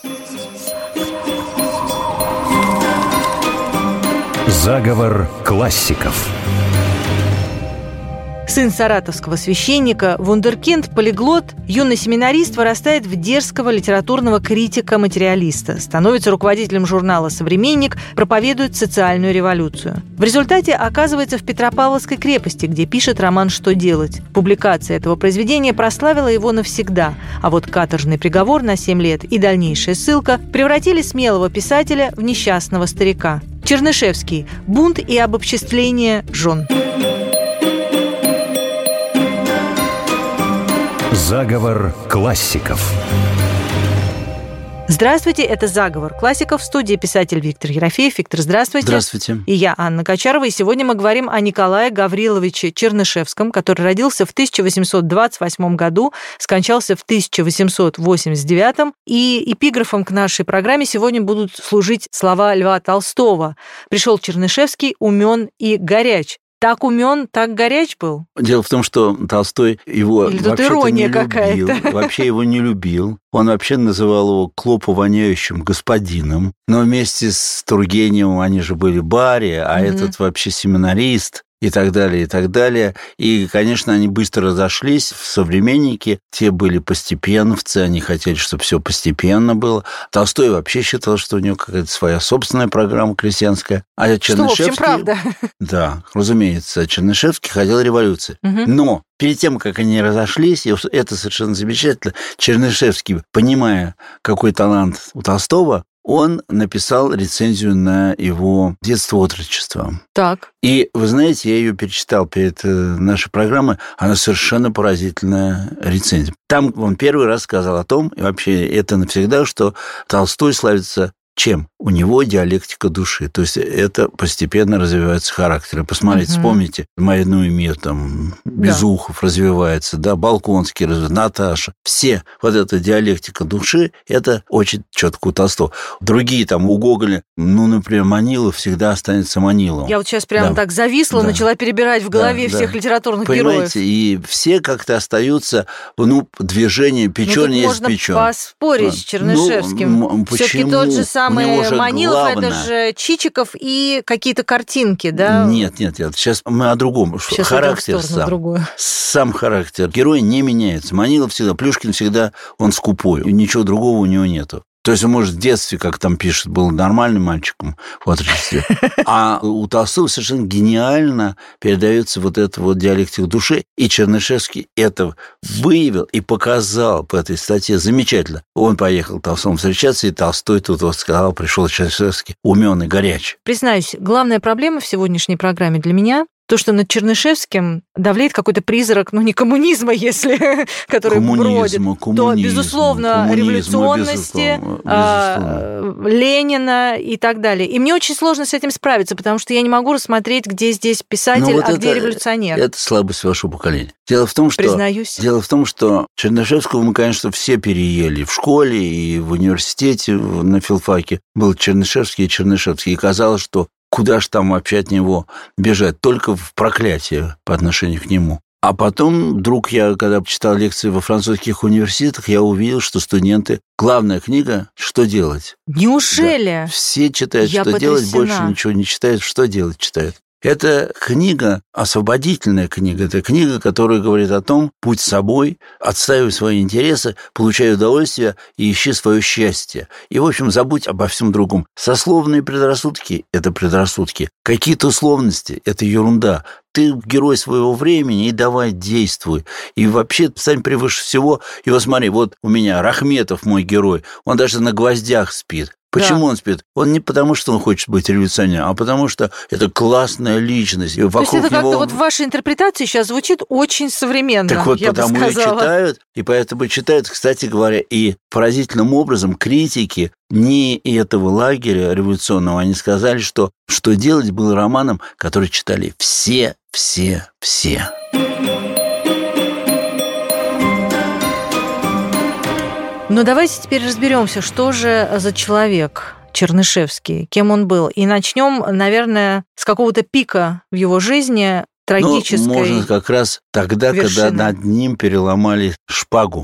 Заговор классиков. Сын саратовского священника, вундеркинд, полиглот, юный семинарист вырастает в дерзкого литературного критика-материалиста, становится руководителем журнала «Современник», проповедует социальную революцию. В результате оказывается в Петропавловской крепости, где пишет роман «Что делать?». Публикация этого произведения прославила его навсегда, а вот каторжный приговор на 7 лет и дальнейшая ссылка превратили смелого писателя в несчастного старика. Чернышевский. Бунт и обобществление жен. Заговор классиков. Здравствуйте, это «Заговор классиков», в студии писатель Виктор Ерофеев. Виктор, здравствуйте. Здравствуйте. И я, Анна Качарова, и сегодня мы говорим о Николае Гавриловиче Чернышевском, который родился в 1828 году, скончался в 1889, и эпиграфом к нашей программе сегодня будут служить слова Льва Толстого. «Пришел Чернышевский, умен и горяч». Так умен, так горяч был? Дело в том, что Толстой его вообще-то не любил. Вообще его не любил. Он вообще называл его клопу-воняющим господином. Но вместе с Тургеневым они же были бари, а этот вообще семинарист. И так далее, и так далее. И, конечно, они быстро разошлись в «Современнике». Те были постепенновцы, они хотели, чтобы все постепенно было. Толстой вообще считал, что у него какая-то своя собственная программа крестьянская. А Чернышевский... Что, в общем, правда. Да, разумеется, Чернышевский хотел революции. Но перед тем, как они разошлись, и это совершенно замечательно, Чернышевский, понимая, какой талант у Толстого, он написал рецензию на его детство-отрочество. Так. И, вы знаете, я ее перечитал перед нашей программой, она совершенно поразительная рецензия. Там он первый раз сказал о том, и вообще это навсегда, что Толстой славится чем? У него диалектика души. То есть это постепенно развивается характер. Посмотрите, вспомните, «Марину и мир», там, Безухов развивается, да, Балконский развивается, Наташа. Все вот эта диалектика души, это очень четко у Толстого. Другие там у Гоголя, например, Манилов всегда останется Маниловым. Я вот сейчас прямо так зависла, начала перебирать в голове всех литературных героев. Понимаете, и все как-то остаются, движение печён есть печён. Можно поспорить с Чернышевским. Все-таки тот же самый Манилов, это же Чичиков и какие-то картинки, да? Нет. Сейчас мы о другом. Сейчас характер сам характер героя не меняется. Манилов всегда, Плюшкин всегда, он скупой. Ничего другого у него нету. То есть он, может, в детстве, как там пишет, был нормальным мальчиком в отрочестве. А у Толстого совершенно гениально передается вот эта вот диалектика души. И Чернышевский это выявил и показал по этой статье замечательно. Он поехал к Толстому встречаться, и Толстой тут вот сказал, пришел Чернышевский умен и горяч. Признаюсь, главная проблема в сегодняшней программе для меня то, что над Чернышевским давлеет какой-то призрак, не коммунизма, если, который бродит, то, безусловно, революционности, Ленина и так далее. И мне очень сложно с этим справиться, потому что я не могу рассмотреть, где здесь писатель, где революционер. Это слабость вашего поколения. Дело в том, что Чернышевского мы, конечно, все переели в школе и в университете, на филфаке. Был Чернышевский. И казалось, что куда ж там вообще от него бежать? Только в проклятие по отношению к нему. А потом, вдруг я, когда читал лекции во французских университетах, я увидел, что студенты... Главная книга «Что делать?». Неужели? Да. Все читают «Что делать?», больше ничего не читают, «Что делать?» читают. Это книга, освободительная книга. Это книга, которая говорит о том, будь собой, отстаивай свои интересы, получай удовольствие и ищи свое счастье. И, в общем, забудь обо всем другом. Сословные предрассудки – это предрассудки. Какие-то условности – это ерунда. Ты герой своего времени, и давай действуй. И вообще стань превыше всего. И вот смотри, вот у меня Рахметов, мой герой, он даже на гвоздях спит. Почему он спит? Он не потому, что он хочет быть революционером, а потому что это классная личность. И то есть это как-то вот в вашей интерпретации сейчас звучит очень современно. Так вот, потому и читают, и поэтому читают, кстати говоря, и поразительным образом критики не этого лагеря революционного, они сказали, что «Что делать» был романом, который читали все. Но давайте теперь разберемся, что же за человек Чернышевский, кем он был. И начнем, наверное, с какого-то пика в его жизни, трагической можно как раз тогда, вершины. Когда над ним переломали шпагу.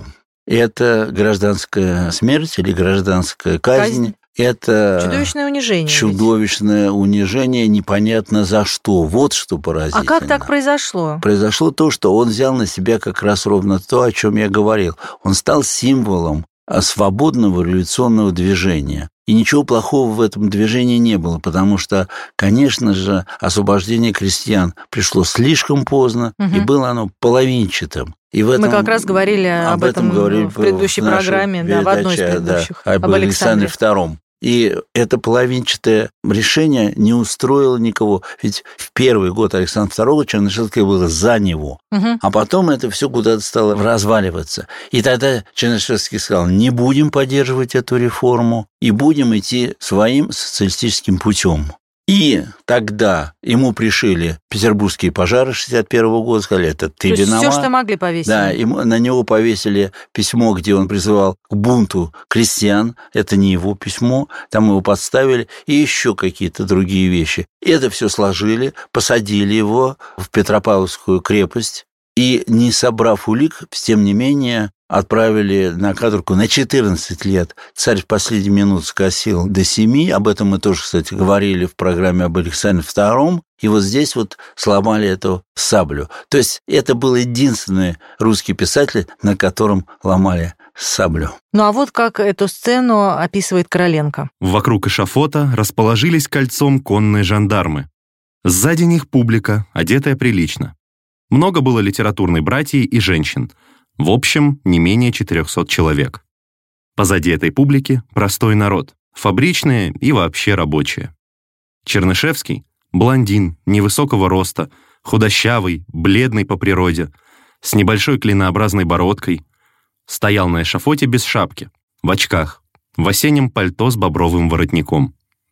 это гражданская смерть или гражданская казнь. Это чудовищное унижение. Чудовищное унижение, непонятно за что. Вот что поразительно. А как так произошло? Произошло то, что он взял на себя как раз ровно то, о чем я говорил. Он стал символом свободного революционного движения. И ничего плохого в этом движении не было, потому что, конечно же, освобождение крестьян пришло слишком поздно, и было оно половинчатым. И в этом, мы как раз говорили об этом в предыдущей программе, в одной из предыдущих, об Александре II. И это половинчатое решение не устроило никого. Ведь в первый год Александра II Чернышевский был за него. А потом это все куда-то стало разваливаться. И тогда Чернышевский сказал, не будем поддерживать эту реформу и будем идти своим социалистическим путем. И тогда ему пришили петербургские пожары 1961 года, сказали, это ты виноват. Все, что могли, повесили. Да, на него повесили письмо, где он призывал к бунту крестьян. Это не его письмо, там его подставили, и еще какие-то другие вещи. И это все сложили, посадили его в Петропавловскую крепость, и, не собрав улик, тем не менее, отправили на каторгу на 14 лет. Царь в последнюю минуту скосил до 7. Об этом мы тоже, кстати, говорили в программе об Александре II. И вот здесь вот сломали эту саблю. То есть это был единственный русский писатель, на котором ломали саблю. Ну а вот как эту сцену описывает Короленко. Вокруг эшафота расположились кольцом конные жандармы. Сзади них публика, одетая прилично. Много было литературной братьи и женщин. В общем, не менее 400 человек. Позади этой публики простой народ, фабричные и вообще рабочие. Чернышевский – блондин, невысокого роста, худощавый, бледный по природе, с небольшой клинообразной бородкой, стоял на эшафоте без шапки, в очках, в осеннем пальто с бобровым воротником.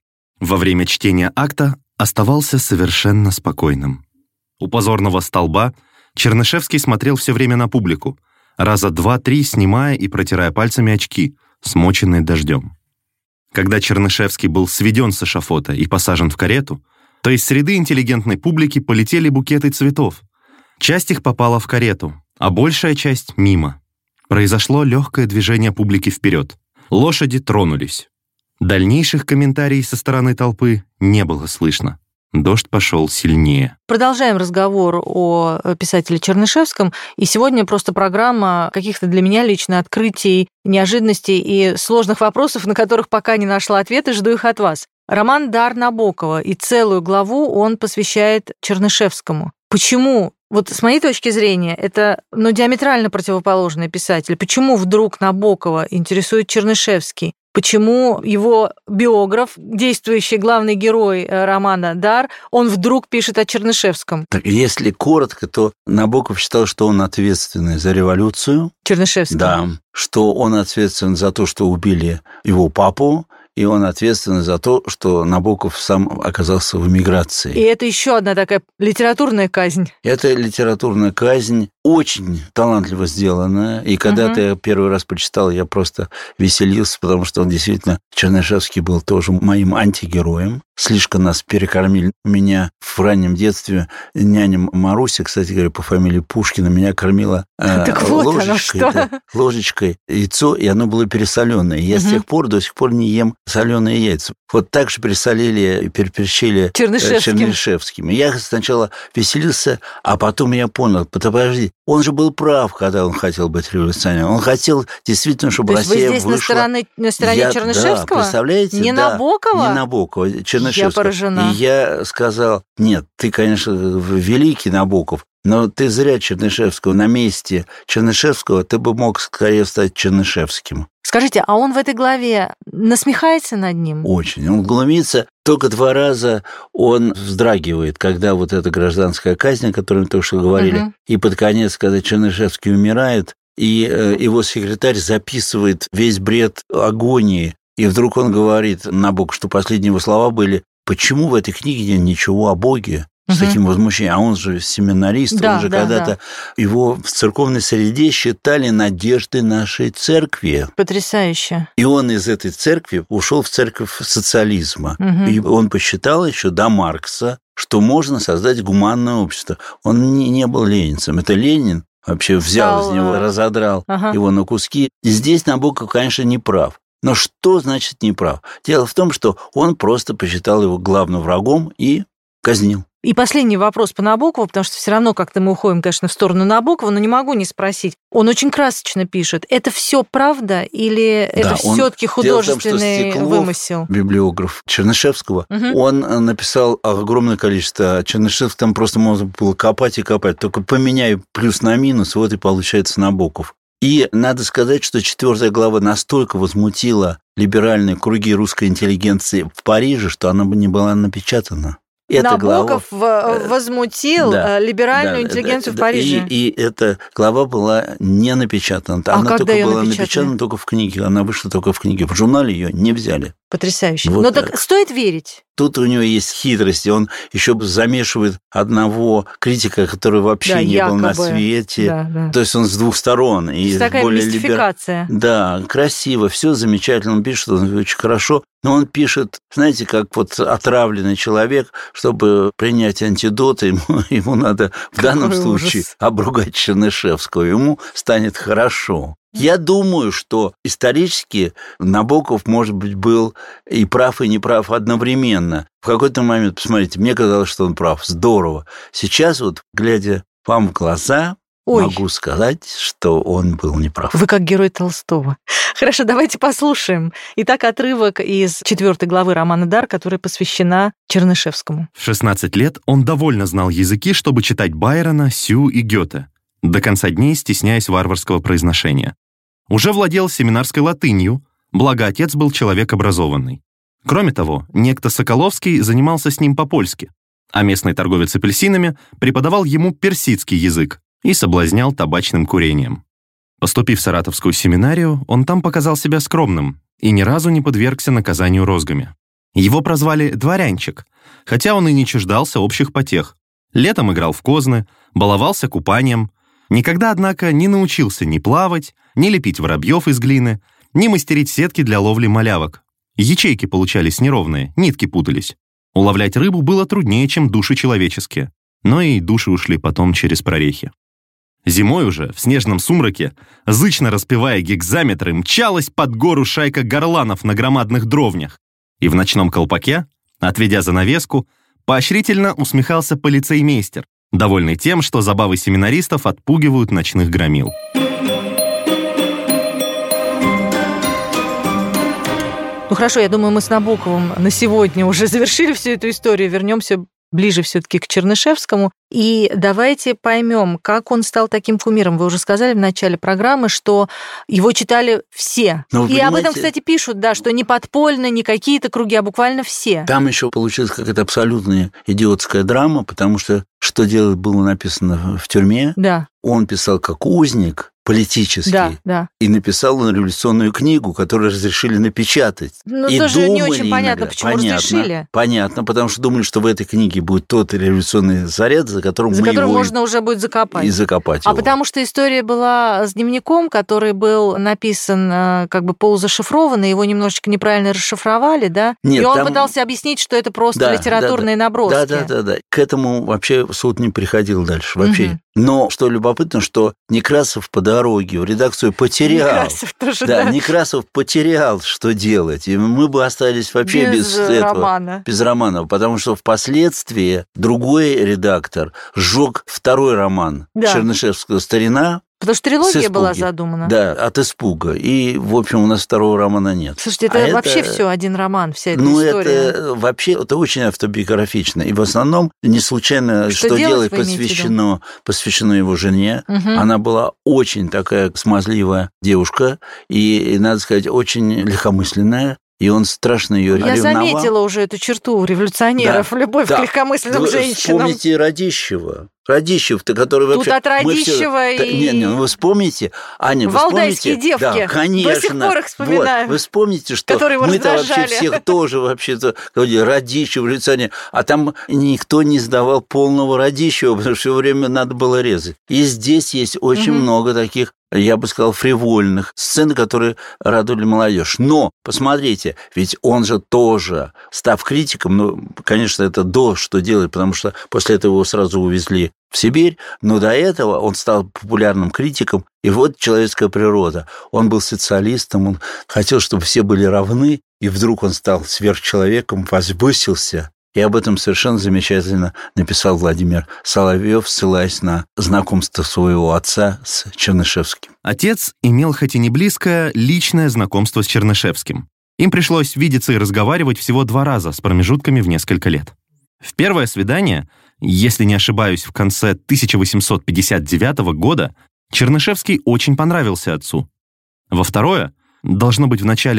Во время чтения акта оставался совершенно спокойным. У позорного столба Чернышевский смотрел все время на публику, раза 2-3 снимая и протирая пальцами очки, смоченные дождем. Когда Чернышевский был сведен с эшафота и посажен в карету, то из среды интеллигентной публики полетели букеты цветов. Часть их попала в карету, а большая часть — мимо. Произошло легкое движение публики вперед. Лошади тронулись. Дальнейших комментариев со стороны толпы не было слышно. Дождь пошел сильнее. Продолжаем разговор о писателе Чернышевском. И сегодня просто программа каких-то для меня лично открытий, неожиданностей и сложных вопросов, на которых пока не нашла ответа, жду их от вас. Роман «Дар» Набокова, и целую главу он посвящает Чернышевскому. Почему? Вот с моей точки зрения, это диаметрально противоположный писатель. Почему вдруг Набокова интересует Чернышевский? Почему его биограф, действующий главный герой романа «Дар», он вдруг пишет о Чернышевском? Так, если коротко, то Набоков считал, что он ответственный за революцию. Чернышевский? Да, что он ответственен за то, что убили его папу, и он ответственен за то, что Набоков сам оказался в эмиграции. И это еще одна такая литературная казнь. Это литературная казнь, очень талантливо сделанная. И когда-то я первый раз прочитал, я просто веселился, потому что он действительно, Чернышевский был тоже моим антигероем. Слишком нас перекормили. Меня в раннем детстве няня Маруся, кстати говоря, по фамилии Пушкина, меня кормила ложечкой яйцо, и оно было пересоленное. Я с тех пор до сих пор не ем соленые яйца. Вот так же пересолили и переперчили Чернышевским. Я сначала веселился, а потом я понял, подожди, он же был прав, когда он хотел быть революционером. Он хотел действительно, чтобы Россия вышла... То есть вы здесь на стороне Чернышевского? Да, представляете? Не Набокова? Не Набокова, Чернышевского. Я поражена. И я сказал, нет, ты, конечно, великий Набоков, но ты зря Чернышевского. На месте Чернышевского ты бы мог скорее стать Чернышевским. Скажите, а он в этой главе насмехается над ним? Очень. Он глумится. Только 2 раза он вздрагивает, когда вот эта гражданская казнь, о которой мы только что говорили, и под конец, когда Чернышевский умирает, и его секретарь записывает весь бред агонии, и вдруг он говорит Набоков, что последние его слова были: «Почему в этой книге нет ничего о Боге?» С таким возмущением. А он же семинарист, он же когда-то... Его в церковной среде считали надеждой нашей церкви. Потрясающе. И он из этой церкви ушел в церковь социализма. И он посчитал еще до Маркса, что можно создать гуманное общество. Он не был ленинцем. Это Ленин вообще взял из него, разодрал его на куски. И здесь Набоков, конечно, не прав. Но что значит не прав? Дело в том, что он просто посчитал его главным врагом и казнил. И последний вопрос по Набокову, потому что все равно как-то мы уходим, конечно, в сторону Набокова, но не могу не спросить. Он очень красочно пишет. Это все правда или это все-таки художественный вымысел? Библиограф Чернышевского, он написал огромное количество. Чернышевский там просто можно было копать и копать. Только поменяй плюс на минус, вот и получается Набоков. И надо сказать, что 4 глава настолько возмутила либеральные круги русской интеллигенции в Париже, что она бы не была напечатана. Набоков возмутил либеральную интеллигенцию в Париже. И эта глава была не напечатана. Она только была напечатана только в книге. Она вышла только в книге. В журнале ее не взяли. Потрясающе. Вот. Но так стоит верить? Тут у него есть хитрость, и он еще замешивает одного критика, который вообще не был на свете. Да. То есть он с двух сторон. И такая более мистификация. Да, красиво, все замечательно. Он пишет, он очень хорошо. Но он пишет, знаете, как вот отравленный человек, чтобы принять антидот, ему надо в данном случае обругать Чернышевского. Ему станет хорошо. Я думаю, что исторически Набоков, может быть, был и прав, и неправ одновременно. В какой-то момент, посмотрите, мне казалось, что он прав. Здорово. Сейчас вот, глядя вам в глаза, могу сказать, что он был неправ. Вы как герой Толстого. Хорошо, давайте послушаем. Итак, отрывок из 4 главы романа «Дар», которая посвящена Чернышевскому. В 16 лет он довольно знал языки, чтобы читать Байрона, Сю и Гёте, до конца дней стесняясь варварского произношения. Уже владел семинарской латынью, благо отец был человек образованный. Кроме того, некто Соколовский занимался с ним по-польски, а местный торговец апельсинами преподавал ему персидский язык и соблазнял табачным курением. Поступив в Саратовскую семинарию, он там показал себя скромным и ни разу не подвергся наказанию розгами. Его прозвали «дворянчик», хотя он и не чуждался общих потех. Летом играл в козны, баловался купанием, никогда, однако, не научился ни плавать, ни лепить воробьев из глины, ни мастерить сетки для ловли малявок. Ячейки получались неровные, нитки путались. Уловлять рыбу было труднее, чем души человеческие, но и души ушли потом через прорехи. Зимой уже, в снежном сумраке, зычно распевая гекзаметры, мчалась под гору шайка горланов на громадных дровнях, и в ночном колпаке, отведя занавеску, поощрительно усмехался полицеймейстер, довольный тем, что забавы семинаристов отпугивают ночных громил. Ну хорошо, я думаю, мы с Набоковым на сегодня уже завершили всю эту историю. Вернемся ближе все-таки к Чернышевскому. И давайте поймем, как он стал таким кумиром. Вы уже сказали в начале программы, что его читали все. И об этом, кстати, пишут, да, что не подпольно, не какие-то круги, а буквально все. Там еще получилась какая-то абсолютная идиотская драма, потому что делать было написано в тюрьме. Да. Он писал как узник политический. Да. И написал он революционную книгу, которую разрешили напечатать. Ну, и тоже не очень понятно, почему разрешили. Понятно, потому что думали, что в этой книге будет тот революционный заряд, за которым можно уже будет закопать. И закопать его. А потому что история была с дневником, который был написан как бы полузашифрованный, его немножечко неправильно расшифровали, да? Нет, и он пытался объяснить, что это просто литературные наброски. Да. К этому вообще суд не приходил дальше. Вообще. Но, что любопытно, что Некрасов по дороге в редакцию потерял. Некрасов тоже, Некрасов потерял, что делать. И мы бы остались вообще без романа. Без романа. Потому что впоследствии другой редактор сжег второй роман Чернышевского «Старина». Потому что трилогия была задумана. Да, от испуга. И, в общем, у нас второго романа нет. Слушайте, это вообще все один роман, вся эта история. Это вообще очень автобиографично. И в основном не случайно «Что делать» посвящено его жене. Угу. Она была очень такая смазливая девушка и, надо сказать, очень легкомысленная. И он страшно ее ревновал. Я заметила уже эту черту у революционеров, любовь к легкомысленным женщинам. Вспомните Радищева. Радищев-то, который вообще... Тут от Радищева и... Не, вы вспомните, Аня, вы валдайские вспомните... девки. Да, конечно. До сих пор их вспоминаем. Вот, вы вспомните, что мы-то вообще всех тоже вообще-то говорили, Радищев, революционер, а там никто не сдавал полного Радищева, потому что все время надо было резать. И здесь есть очень много таких, я бы сказал, фривольных сцен, которые радовали молодежь. Но, посмотрите, ведь он же тоже, став критиком, конечно, это до что делать, потому что после этого его сразу увезли в Сибирь, но до этого он стал популярным критиком. И вот «Человеческая природа». Он был социалистом, он хотел, чтобы все были равны, и вдруг он стал сверхчеловеком, возвысился. И об этом совершенно замечательно написал Владимир Соловьев, ссылаясь на знакомство своего отца с Чернышевским. Отец имел, хоть и не близкое, личное знакомство с Чернышевским. Им пришлось видеться и разговаривать всего 2 раза с промежутками в несколько лет. В первое свидание, если не ошибаюсь, в конце 1859 года, Чернышевский очень понравился отцу. Во второе, должно быть в начале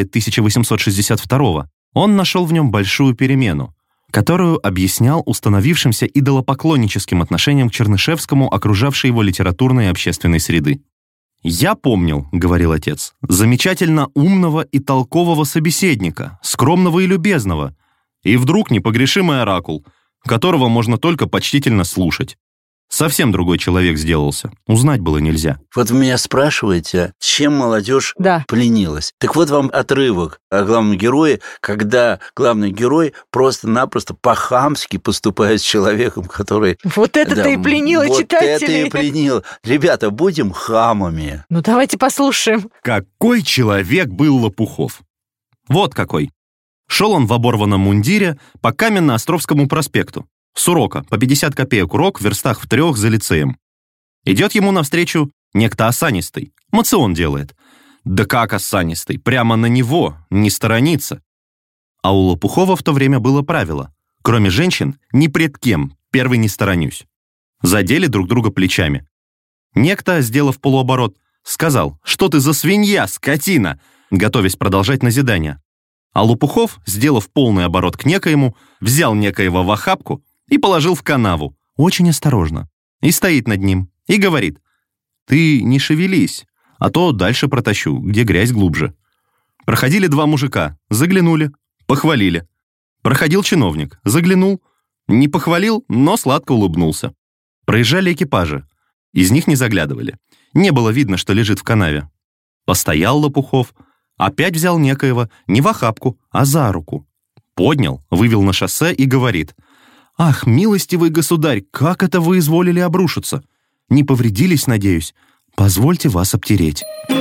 1862, он нашел в нем большую перемену, которую объяснял установившимся идолопоклонническим отношением к Чернышевскому, окружавшей его литературной и общественной среды. «Я помнил, — говорил отец, — замечательно умного и толкового собеседника, скромного и любезного, и вдруг непогрешимый оракул, которого можно только почтительно слушать. Совсем другой человек сделался. Узнать было нельзя». Вот вы меня спрашиваете, чем молодежь пленилась. Так вот вам отрывок о главном герое, когда главный герой просто-напросто по-хамски поступает с человеком, который... Вот это-то и пленило читателей. Вот это и пленило. Ребята, будем хамами. Ну, давайте послушаем. Какой человек был Лопухов? Вот какой. Шел он в оборванном мундире по Каменно-Островскому проспекту. С урока, по 50 копеек урок, в верстах в 3 за лицеем. Идет ему навстречу некто осанистый. Моцион делает. Да как осанистый? Прямо на него, не сторониться. А у Лопухова в то время было правило. Кроме женщин, ни пред кем, первый не сторонюсь. Задели друг друга плечами. Некто, сделав полуоборот, сказал: «Что ты за свинья, скотина?» готовясь продолжать назидание. А Лопухов, сделав полный оборот к некоему, взял некоего в охапку и положил в канаву, очень осторожно, и стоит над ним, и говорит: «Ты не шевелись, а то дальше протащу, где грязь глубже». Проходили 2 мужика, заглянули, похвалили. Проходил чиновник, заглянул, не похвалил, но сладко улыбнулся. Проезжали экипажи, из них не заглядывали. Не было видно, что лежит в канаве. Постоял Лопухов, опять взял некоего, не в охапку, а за руку. Поднял, вывел на шоссе и говорит: «Ах, милостивый государь, как это вы изволили обрушиться? Не повредились, надеюсь? Позвольте вас обтереть».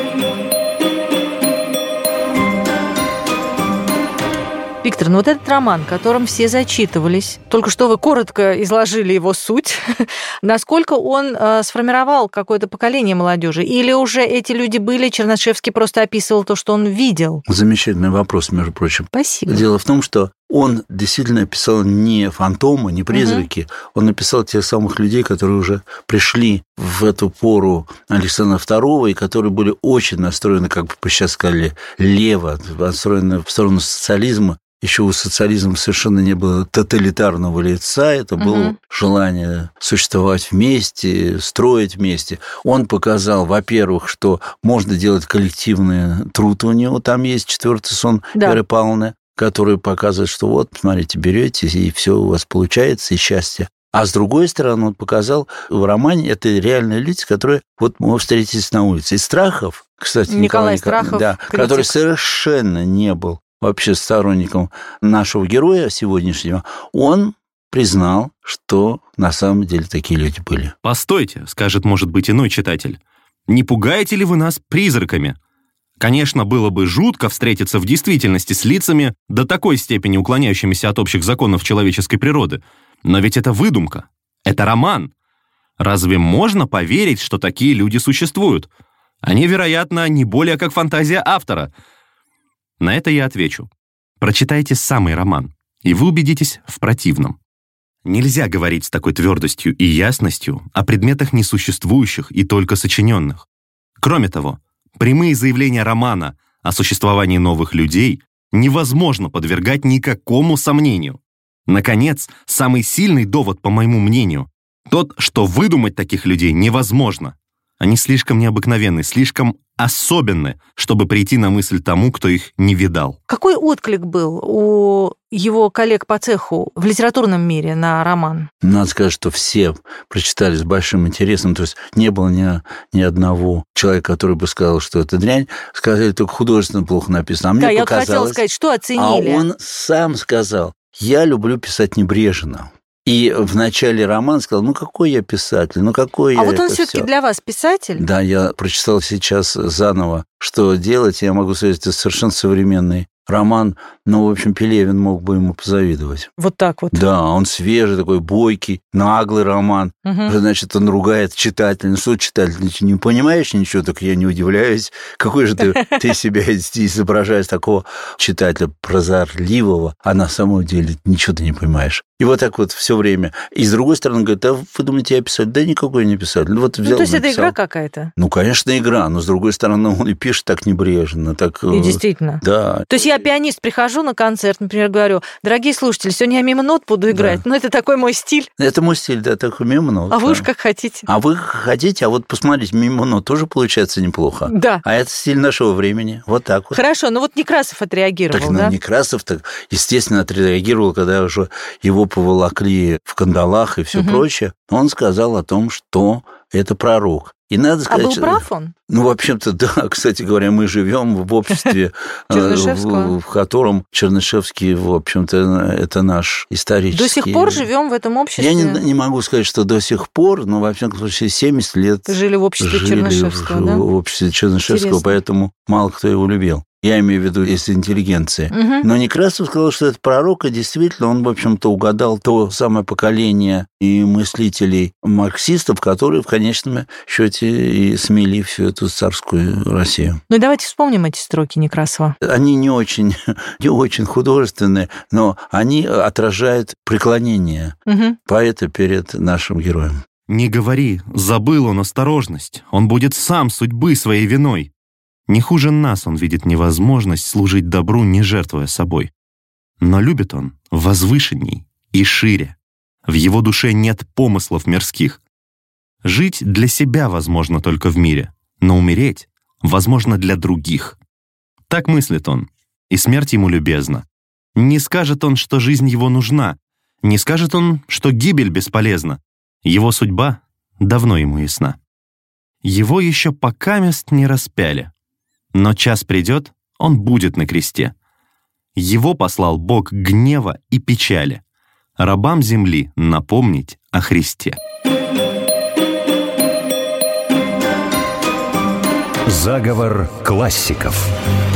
Виктор, ну вот этот роман, которым все зачитывались, только что вы коротко изложили его суть, насколько он сформировал какое-то поколение молодежи? Или уже эти люди были, Чернышевский просто описывал то, что он видел? Замечательный вопрос, между прочим. Спасибо. Дело в том, что он действительно писал не фантомы, не призраки, он написал тех самых людей, которые уже пришли в эту пору Александра II, и которые были очень настроены, как бы сейчас сказали, лево, настроены в сторону социализма. Еще у социализма совершенно не было тоталитарного лица, это было желание существовать вместе, строить вместе. Он показал, во-первых, что можно делать коллективный труд у него, там есть 4-й сон Веры Павловны, который показывает, что вот, смотрите, берете, и все у вас получается, и счастье. А с другой стороны, он показал в романе, это реальные лица, которые вот мы встретились на улице. И Страхов, кстати, Николай Страхов, который совершенно не был вообще сторонником нашего героя сегодняшнего, он признал, что на самом деле такие люди были. «Постойте», — скажет, может быть, иной читатель, «не пугаете ли вы нас призраками? Конечно, было бы жутко встретиться в действительности с лицами до такой степени уклоняющимися от общих законов человеческой природы. Но ведь это выдумка, это роман. Разве можно поверить, что такие люди существуют? Они, вероятно, не более как фантазия автора». На это я отвечу: прочитайте самый роман, и вы убедитесь в противном. Нельзя говорить с такой твердостью и ясностью о предметах несуществующих и только сочиненных. Кроме того, прямые заявления романа о существовании новых людей невозможно подвергать никакому сомнению. Наконец, самый сильный довод, по моему мнению, тот, что выдумать таких людей невозможно. Они слишком необыкновенны, слишком особенны, чтобы прийти на мысль тому, кто их не видал. Какой отклик был у его коллег по цеху в литературном мире на роман? Надо сказать, что все прочитали с большим интересом. То есть не было ни одного человека, который бы сказал, что это дрянь. Сказали, только художественно плохо написано. А мне я показалось, хотела сказать, что оценили. А он сам сказал: я люблю писать небрежно. И в начале романа сказал, ну какой я писатель, какой я. А вот он все-таки для вас писатель? Да, я прочитал сейчас заново, что делать. Я могу сказать, это совершенно современный роман, в общем, Пелевин мог бы ему позавидовать. Вот так вот? Да, он свежий, такой бойкий, наглый роман. Значит, он ругает читателя. Ну, что читатель, ты не понимаешь ничего, так я не удивляюсь. Какой же ты себя изображаешь такого читателя прозорливого, а на самом деле ничего ты не понимаешь. И вот так вот все время. И с другой стороны, говорит, а вы думаете, я писатель? Да никакой я не писатель. Вот взял, то есть написал. Это игра какая-то? Конечно, игра, но с другой стороны, он и пишет так небрежно. Так... И действительно. Да. То есть я пианист, прихожу на концерт, например, говорю, дорогие слушатели, сегодня я мимо нот буду играть. Да. Это такой мой стиль. Это мой стиль, да, такой мимо нот. А вы уж как хотите. А вы хотите, а вот посмотрите, мимо нот тоже получается неплохо. Да. А это стиль нашего времени. Вот так вот. Хорошо, Некрасов отреагировал, так, да? Некрасов, так, естественно, отреагировал, когда уже его поволокли в кандалах и все прочее. Он сказал о том, что это пророк. И надо сказать, был прав он? В общем-то, да. Кстати говоря, мы живем в обществе, в котором Чернышевский, в общем-то, это наш исторический... До сих пор живем в этом обществе? Я не могу сказать, что до сих пор, но, во всяком случае, 70 лет... Жили в обществе Чернышевского, да? В обществе Чернышевского, интересно. Поэтому мало кто его любил. Я имею в виду из интеллигенции. Но Некрасов сказал, что это пророк, и действительно он, в общем-то, угадал то самое поколение и мыслителей марксистов, которые в конечном счете и смели всю эту царскую Россию. Давайте вспомним эти строки Некрасова. Они не очень художественные, но они отражают преклонение поэта перед нашим героем. «Не говори, забыл он осторожность, он будет сам судьбы своей виной. Не хуже нас он видит невозможность служить добру, не жертвуя собой. Но любит он возвышенней и шире. В его душе нет помыслов мирских. Жить для себя возможно только в мире, но умереть возможно для других. Так мыслит он, и смерть ему любезна. Не скажет он, что жизнь его нужна, не скажет он, что гибель бесполезна. Его судьба давно ему ясна. Его еще покамест не распяли. Но час придет, он будет на кресте. Его послал Бог гнева и печали, рабам земли напомнить о Христе». Заговор классиков.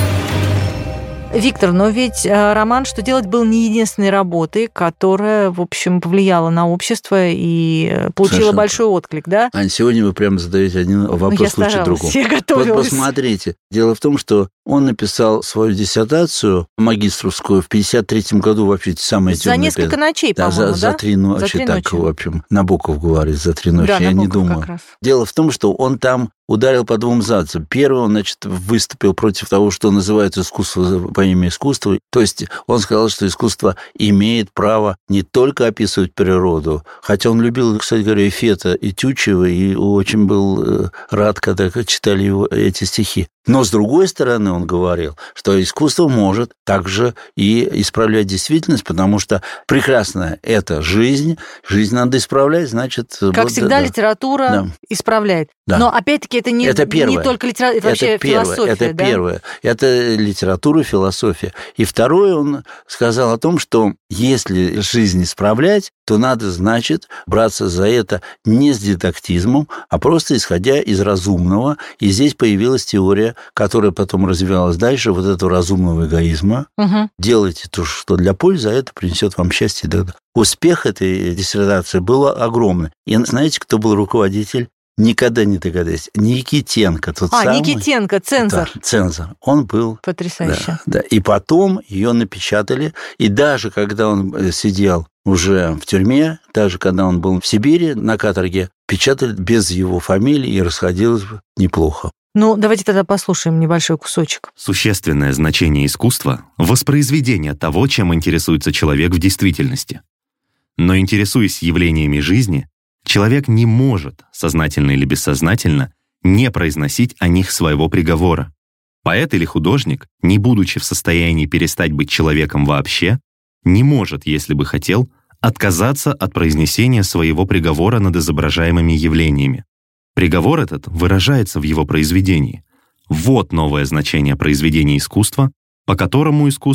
Виктор, но ведь роман «Что делать» был не единственной работой, которая, в общем, повлияла на общество и получила совершенно большой отклик, да? Ань, сегодня вы прямо задаете один вопрос лучше другого. Я готовилась. Вот посмотрите. Дело в том, что он написал свою диссертацию магистерскую в 1953 году, вообще самое темное. За несколько ночей, по-моему, за 3 ночи. За 3 ночи. Так, в общем, Набоков говорит, за 3 ночи. Да, я Набоков не думаю. Как раз. Дело в том, что он там ударил по 2 абзацам. Первый, он, выступил против того, что называют искусство по имени искусство. То есть он сказал, что искусство имеет право не только описывать природу, хотя он любил, кстати говоря, и Фета, и Тютчева, и очень был рад, когда читали его эти стихи. Но, с другой стороны, он говорил, что искусство может также и исправлять действительность, потому что прекрасная это жизнь надо исправлять, значит... Как всегда, литература исправляет. Да. Но, опять-таки, это не только литература, это вообще философия. Это первое. Это литература, философия. И второе, он сказал о том, что если жизнь исправлять, то надо, значит, браться за это не с дидактизмом, а просто исходя из разумного. И здесь появилась теория, которая потом развивалась дальше, вот этого разумного эгоизма. Делайте то, что для пользы, а это принесет вам счастье. Успех этой диссертации был огромный. И знаете, кто был руководитель? Никогда не догадаюсь. Никитенко, тот самый. Никитенко, цензор. Да, цензор. Он был... Потрясающе. Да. И потом ее напечатали. И даже когда он сидел уже в тюрьме, даже когда он был в Сибири на каторге, печатали без его фамилии, и расходилось неплохо. Давайте тогда послушаем небольшой кусочек. Существенное значение искусства — воспроизведение того, чем интересуется человек в действительности. Но интересуясь явлениями жизни, человек не может, сознательно или бессознательно, не произносить о них своего приговора. Поэт или художник, не будучи в состоянии перестать быть человеком вообще, не может, если бы хотел, отказаться от произнесения своего приговора над изображаемыми явлениями. Приговор этот выражается в его произведении. Вот новое значение произведения искусства, по которому искусство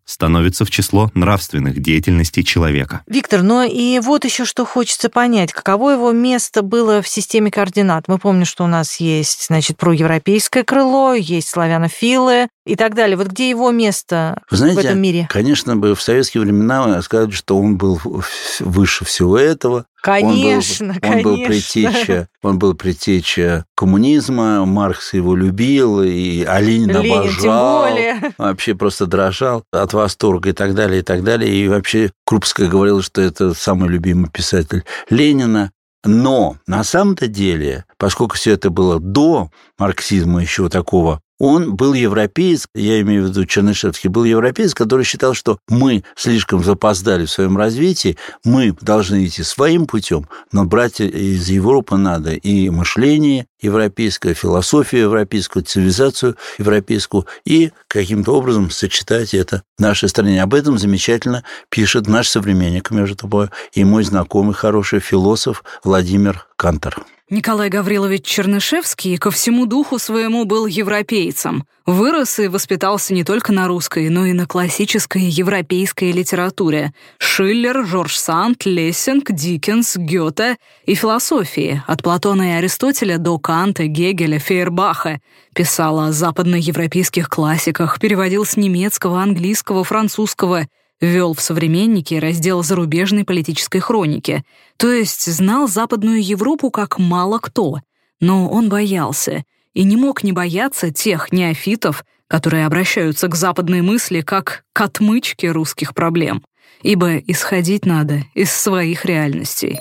становится в число нравственных деятельностей человека. Виктор, но и вот еще что хочется понять. Каково его место было в системе координат? Мы помним, что у нас есть, значит, проевропейское крыло, есть славянофилы и так далее. Вот где его место, вы знаете, в этом мире? Конечно, в советские времена сказали, что он был выше всего этого. Конечно, Он был предтеча коммунизма, Маркс его любил, и Ленин обожал, вообще просто дрожал от восторга и так далее, и так далее. И вообще Крупская говорила, что это самый любимый писатель Ленина. Но на самом-то деле, поскольку все это было до марксизма еще такого, он был европеец, я имею в виду Чернышевский, был европеец, который считал, что мы слишком запоздали в своем развитии, мы должны идти своим путем, но брать из Европы надо и мышление европейское, философию европейскую, цивилизацию европейскую, и каким-то образом сочетать это в нашей стране. Об этом замечательно пишет наш современник, между собой, и мой знакомый хороший философ Владимир Кантор. Николай Гаврилович Чернышевский ко всему духу своему был европейцем. Вырос и воспитался не только на русской, но и на классической европейской литературе. Шиллер, Жорж Санд, Лессинг, Диккенс, Гёте и философии, от Платона и Аристотеля до Канта, Гегеля, Фейербаха. Писал о западноевропейских классиках, переводил с немецкого, английского, французского, вел в «Современнике» раздел зарубежной политической хроники. То есть знал Западную Европу как мало кто. Но он боялся. И не мог не бояться тех неофитов, которые обращаются к западной мысли как к отмычке русских проблем. Ибо исходить надо из своих реальностей.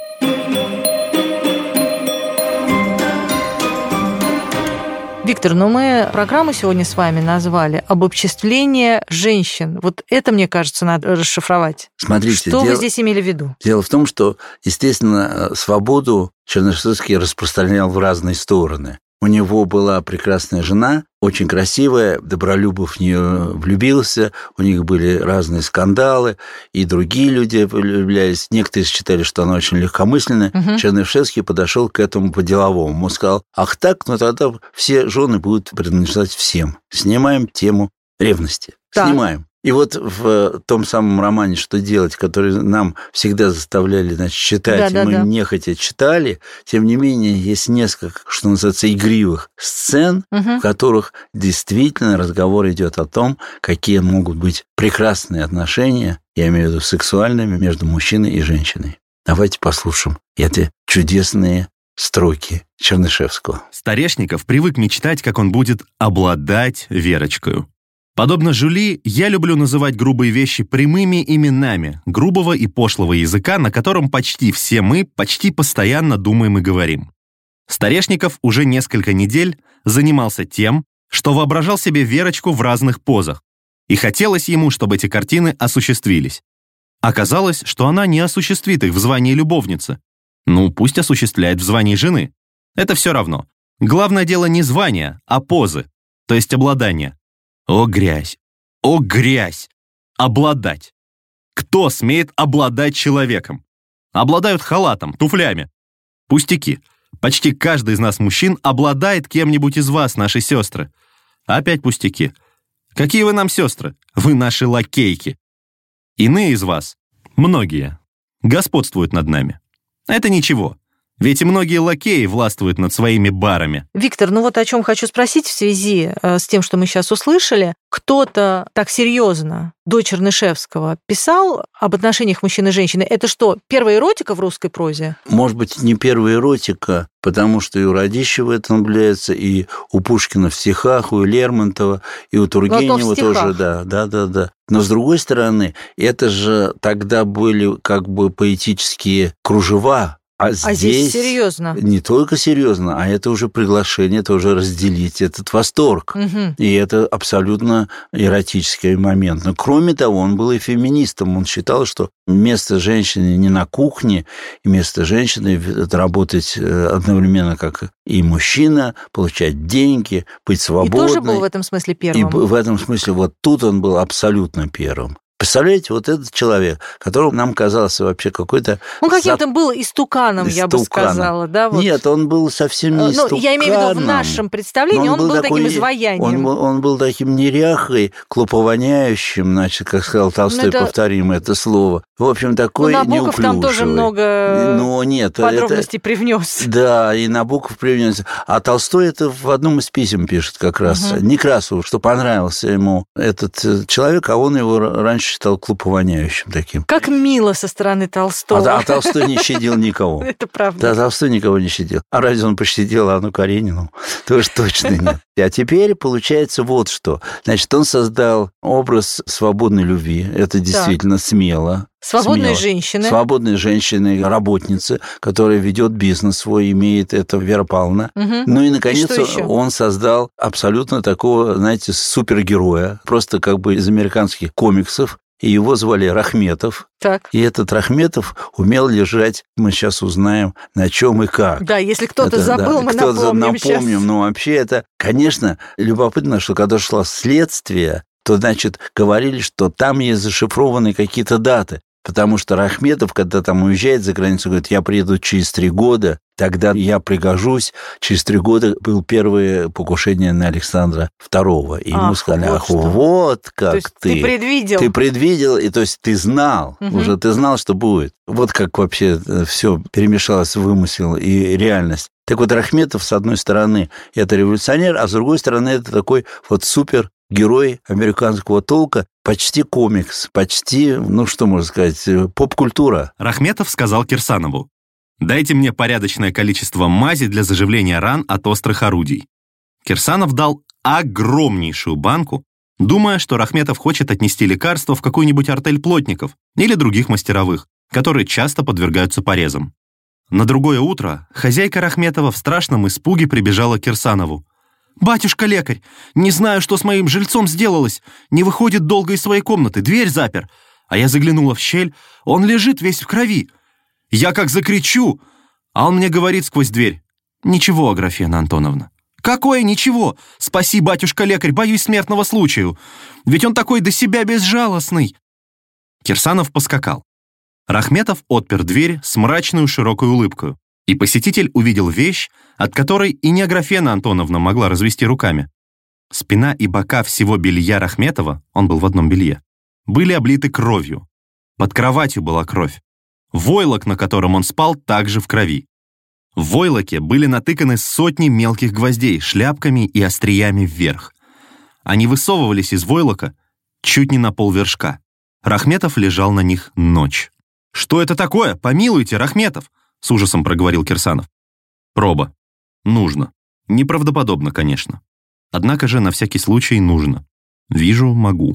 Виктор, мы программу сегодня с вами назвали «Обобществление женщин». Вот это, мне кажется, надо расшифровать. Смотрите, что вы здесь имели в виду? Дело в том, что, естественно, свободу Чернышевский распространял в разные стороны. У него была прекрасная жена, очень красивая, Добролюбов в нее влюбился, у них были разные скандалы, и другие люди влюблялись. Некоторые считали, что она очень легкомысленная. Чернышевский подошел к этому по-деловому. Он сказал: ах так, ну тогда все жены будут принадлежать всем. Снимаем тему ревности. Так. Снимаем. И вот в том самом романе «Что делать?», который нам всегда заставляли, значит, читать, мы нехотя читали, тем не менее, есть несколько, что называется, игривых сцен, в которых действительно разговор идет о том, какие могут быть прекрасные отношения, я имею в виду сексуальными, между мужчиной и женщиной. Давайте послушаем эти чудесные строки Чернышевского. Старешников привык мечтать, как он будет обладать Верочкою. Подобно Жюли, я люблю называть грубые вещи прямыми именами грубого и пошлого языка, на котором почти все мы почти постоянно думаем и говорим. Старешников уже несколько недель занимался тем, что воображал себе Верочку в разных позах, и хотелось ему, чтобы эти картины осуществились. Оказалось, что она не осуществит их в звании любовницы. Ну, пусть осуществляет в звании жены. Это все равно. Главное дело не звание, а позы, то есть обладание. О, грязь! О, грязь! Обладать! Кто смеет обладать человеком? Обладают халатом, туфлями. Пустяки. Почти каждый из нас, мужчин, обладает кем-нибудь из вас, наши сестры. Опять пустяки. Какие вы нам сестры? Вы наши лакейки. Иные из вас, многие, господствуют над нами. Это ничего. Ведь и многие лакеи властвуют над своими барами. Виктор, ну вот о чем хочу спросить в связи с тем, что мы сейчас услышали. Кто-то так серьезно до Чернышевского писал об отношениях мужчины и женщины. Это что, первая эротика в русской прозе? Может быть, не первая эротика, потому что и у Радищева это наблюдается, и у Пушкина в стихах, у Лермонтова, и у Тургенева тоже, да. Но, с другой стороны, это же тогда были как бы поэтические кружева. А здесь серьезно? Не только серьезно, а это уже приглашение, это уже разделить этот восторг. И это абсолютно эротический момент. Но, кроме того, он был и феминистом. Он считал, что место женщины не на кухне, и место женщины это работать одновременно как и мужчина, получать деньги, быть свободной. И тоже был в этом смысле первым. И в этом смысле вот тут он был абсолютно первым. Представляете, вот этот человек, которому нам казался вообще какой-то... Он каким-то был истуканом, я бы сказала, да? Вот. Нет, он был совсем не истуканом. Я имею в виду, в нашем представлении он был таким изваянием. Он был таким неряхой, клоповоняющим, значит, как сказал Толстой, повторим это слово. В общем, такой неуклюжий. Набоков там тоже много подробностей привнес. Да, и Набоков привнес. А Толстой это в одном из писем пишет как раз Некрасову, что понравился ему этот человек, а он его раньше считал клоповоняющим таким. Как мило со стороны Толстого. А Толстой не щадил никого. Это правда. Да, Толстой никого не щадил. А разве он пощадил Анну Каренину? Тоже точно нет. А теперь получается вот что. Значит, он создал образ свободной любви. Это действительно смело. Свободной женщины. Свободной женщины, работницы, которая ведет бизнес свой, имеет это Вера Павловна. Ну и, наконец, он создал абсолютно такого, знаете, супергероя, просто как бы из американских комиксов. И его звали Рахметов. Так. И этот Рахметов умел лежать, мы сейчас узнаем, на чем и как. Да, если кто-то забыл, мы напомним сейчас. Но вообще это, конечно, любопытно, что когда шло следствие, то, значит, говорили, что там есть зашифрованы какие-то даты. Потому что Рахметов, когда там уезжает за границу, говорит, я приеду через 3 года, тогда я пригожусь. Через 3 года было первое покушение на Александра II. И ему сказали, вот как то есть ты предвидел. Ты предвидел, и то есть ты знал, уже ты знал, что будет. Вот как вообще все перемешалось, вымысел и реальность. Так вот, Рахметов, с одной стороны, это революционер, а с другой стороны, это такой вот супергерой американского толка, почти комикс, почти, ну что можно сказать, поп-культура. Рахметов сказал Кирсанову: «Дайте мне порядочное количество мази для заживления ран от острых орудий». Кирсанов дал огромнейшую банку, думая, что Рахметов хочет отнести лекарство в какую-нибудь артель плотников или других мастеровых, которые часто подвергаются порезам. На другое утро хозяйка Рахметова в страшном испуге прибежала к Кирсанову. «Батюшка-лекарь, не знаю, что с моим жильцом сделалось. Не выходит долго из своей комнаты, дверь запер. А я заглянула в щель, он лежит весь в крови. Я как закричу, а он мне говорит сквозь дверь: «Ничего, Аграфена Антоновна». «Какое ничего? Спаси, батюшка-лекарь, боюсь смертного случаю. Ведь он такой до себя безжалостный». Кирсанов поскакал. Рахметов отпер дверь с мрачной широкой улыбкой, и посетитель увидел вещь, от которой и не Аграфена Антоновна могла развести руками. Спина и бока всего белья Рахметова, он был в одном белье, были облиты кровью. Под кроватью была кровь. Войлок, на котором он спал, также в крови. В войлоке были натыканы сотни мелких гвоздей шляпками и остриями вверх. Они высовывались из войлока чуть не на полвершка. Рахметов лежал на них ночь. «Что это такое? Помилуйте, Рахметов!» — с ужасом проговорил Кирсанов. «Проба. Нужно. Неправдоподобно, конечно. Однако же на всякий случай нужно. Вижу, могу».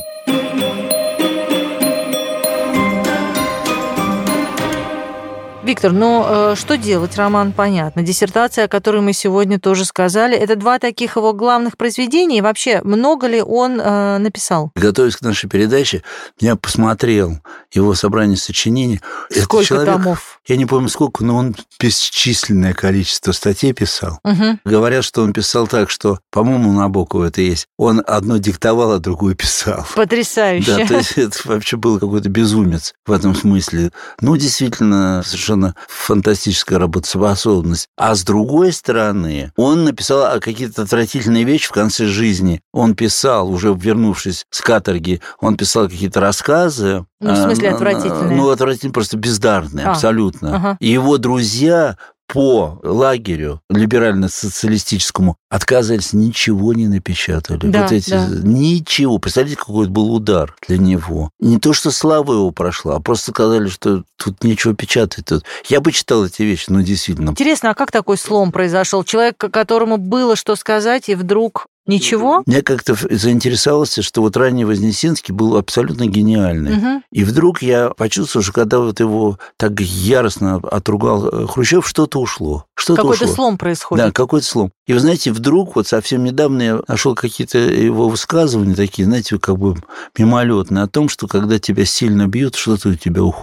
Виктор, что делать? Роман, понятно. Диссертация, о которой мы сегодня тоже сказали, это 2 таких его главных произведения. И вообще, много ли он написал? Готовясь к нашей передаче, я посмотрел его собрание сочинений. Сколько человек, томов? Я не помню сколько, но он бесчисленное количество статей писал. Говорят, что он писал так, что, по-моему, у Набокова это есть. Он одно диктовал, а другое писал. Потрясающе. Да, то есть это вообще был какой-то безумец в этом смысле. Действительно, совершенно фантастическая работоспособность. А с другой стороны, он написал какие-то отвратительные вещи в конце жизни. Он писал, уже вернувшись с каторги, он писал какие-то рассказы. В смысле отвратительные? Отвратительные, просто бездарные, абсолютно. И его друзья по лагерю либерально-социалистическому отказывались, ничего не напечатали. Да, ничего. Представляете, какой это был удар для него. Не то, что слава его прошла, а просто сказали, что тут нечего печатать. Я бы читал эти вещи, действительно. Интересно, а как такой слом произошел? Человек, которому было что сказать, и вдруг ничего? Я как-то заинтересовался, что ранний Вознесенский был абсолютно гениальный. И вдруг я почувствовал, что когда его так яростно отругал Хрущев, что-то ушло. Какой-то слом происходит. Да, какой-то слом. И вы знаете, вдруг совсем недавно я нашел какие-то его высказывания такие, знаете, как бы мимолетные, о том, что когда тебя сильно бьют, что-то у тебя уходит.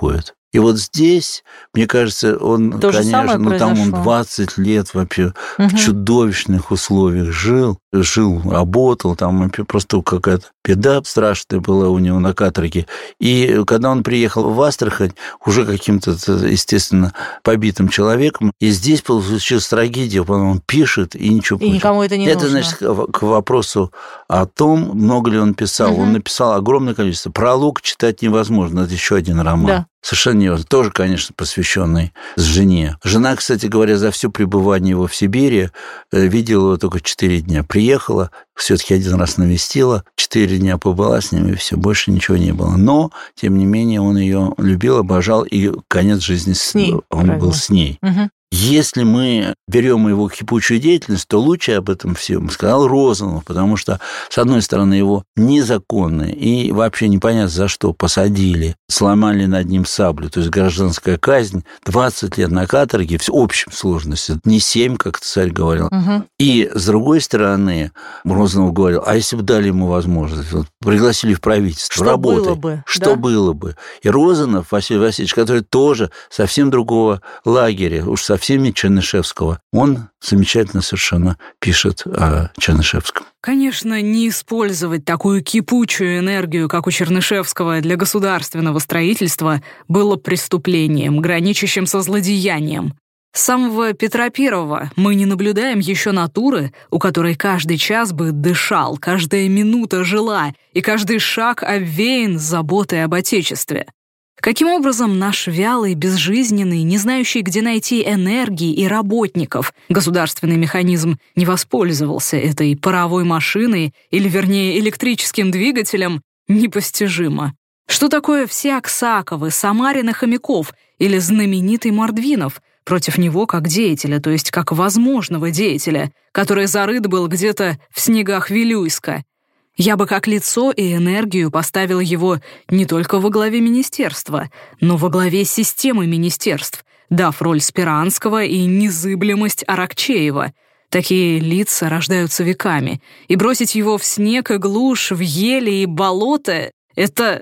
И вот здесь, мне кажется, он, то конечно, там он 20 лет вообще в чудовищных условиях жил, работал, там вообще просто какая-то беда страшная была у него на каторге. И когда он приехал в Астрахань, уже каким-то, естественно, побитым человеком, и здесь случилась трагедия, он пишет, и ничего. И никому это не нужно. Это, значит, к вопросу о том, много ли он писал. Он написал огромное количество. Пролог читать невозможно, это еще один роман. Да. Совершенно невозможно. Тоже, конечно, посвященный жене. Жена, кстати говоря, за все пребывание его в Сибири видела его только 4 дня. Приехала, все-таки один раз навестила, 4 дня побыла с ним, и все, больше ничего не было. Но, тем не менее, он ее любил, обожал, и конец жизни он был с ней. Если мы берем его кипучую деятельность, то лучше об этом всем сказал Розанов, потому что, с одной стороны, его незаконно и вообще непонятно за что посадили, сломали над ним саблю, то есть гражданская казнь, 20 лет на каторге в общем сложности, не 7, как царь говорил. И, с другой стороны, Розанов говорил, а если бы дали ему возможность, вот, пригласили в правительство, работать, что было бы? И Розанов, Василий Васильевич, который тоже совсем другого лагеря, уж совсем не Чернышевского, он замечательно совершенно пишет о Чернышевском. Конечно, не использовать такую кипучую энергию, как у Чернышевского, для государственного строительства было преступлением, граничащим со злодеянием. С самого Петра I мы не наблюдаем еще натуры, у которой каждый час бы дышал, каждая минута жила, и каждый шаг обвеян заботой об Отечестве. Каким образом наш вялый, безжизненный, не знающий, где найти энергии и работников, государственный механизм не воспользовался этой паровой машиной, или, вернее, электрическим двигателем, непостижимо. Что такое все Аксаковы, Самарин и Хомяков или знаменитый Мордвинов против него как деятеля, то есть как возможного деятеля, который зарыт был где-то в снегах Вилюйска? Я бы как лицо и энергию поставил его не только во главе министерства, но во главе системы министерств, дав роль Спиранского и незыблемость Аракчеева. Такие лица рождаются веками, и бросить его в снег и глушь, в ели и болото — это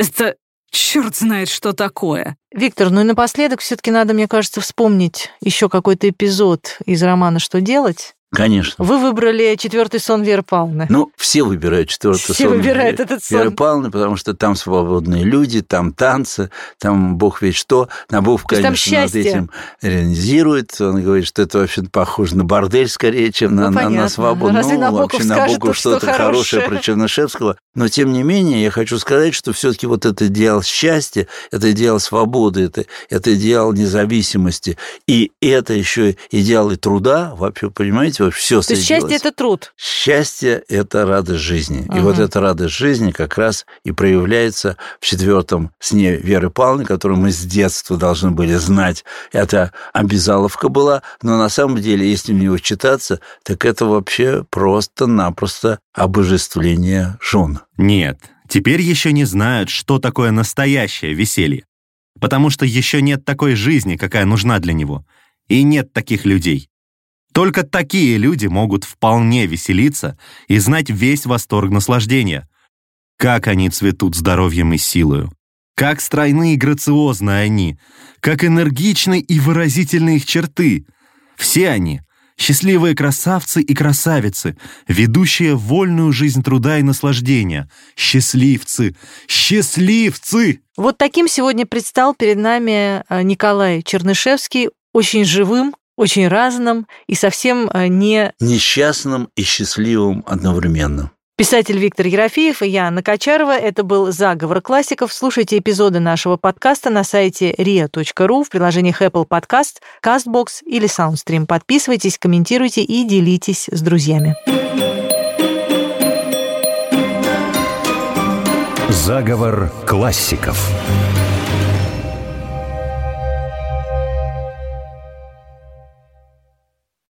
черт знает, что такое. Виктор, ну и напоследок все-таки надо, мне кажется, вспомнить еще какой-то эпизод из романа «Что делать?». Конечно. Вы выбрали «Четвертый сон» Веры Павловны. Ну, все выбирают «Четвертый сон». Все выбирают этот сон. Веры Павловны, потому что там свободные люди, там танцы, там бог ведь что. Набоков, конечно, над этим иронизирует. Он говорит, что это вообще похоже на бордель скорее, чем на свободу. Разве Набоков вообще Набоков что-то хорошее про Чернышевского. Но, тем не менее, я хочу сказать, что все-таки вот это идеал счастья, это идеал свободы, это идеал независимости. И это еще идеалы труда, вообще, понимаете, все соединилось. То есть счастье – это труд? Счастье – это радость жизни. И вот эта радость жизни как раз и проявляется в 4-м сне Веры Павловны, которую мы с детства должны были знать. Это обязаловка была, но на самом деле, если в него читаться, так это вообще просто-напросто обожествление жен. Нет, теперь еще не знают, что такое настоящее веселье. Потому что еще нет такой жизни, какая нужна для него. И нет таких людей. Только такие люди могут вполне веселиться и знать весь восторг наслаждения. Как они цветут здоровьем и силою. Как стройны и грациозны они. Как энергичны и выразительны их черты. Все они — счастливые красавцы и красавицы, ведущие вольную жизнь труда и наслаждения. Счастливцы! Счастливцы! Вот таким сегодня предстал перед нами Николай Чернышевский, очень живым, очень разным и совсем не... несчастным и счастливым одновременно. Писатель Виктор Ерофеев и я, Анна Качарова. Это был «Заговор классиков». Слушайте эпизоды нашего подкаста на сайте ria.ru, в приложениях Apple Podcast, CastBox или SoundStream. Подписывайтесь, комментируйте и делитесь с друзьями. «Заговор классиков».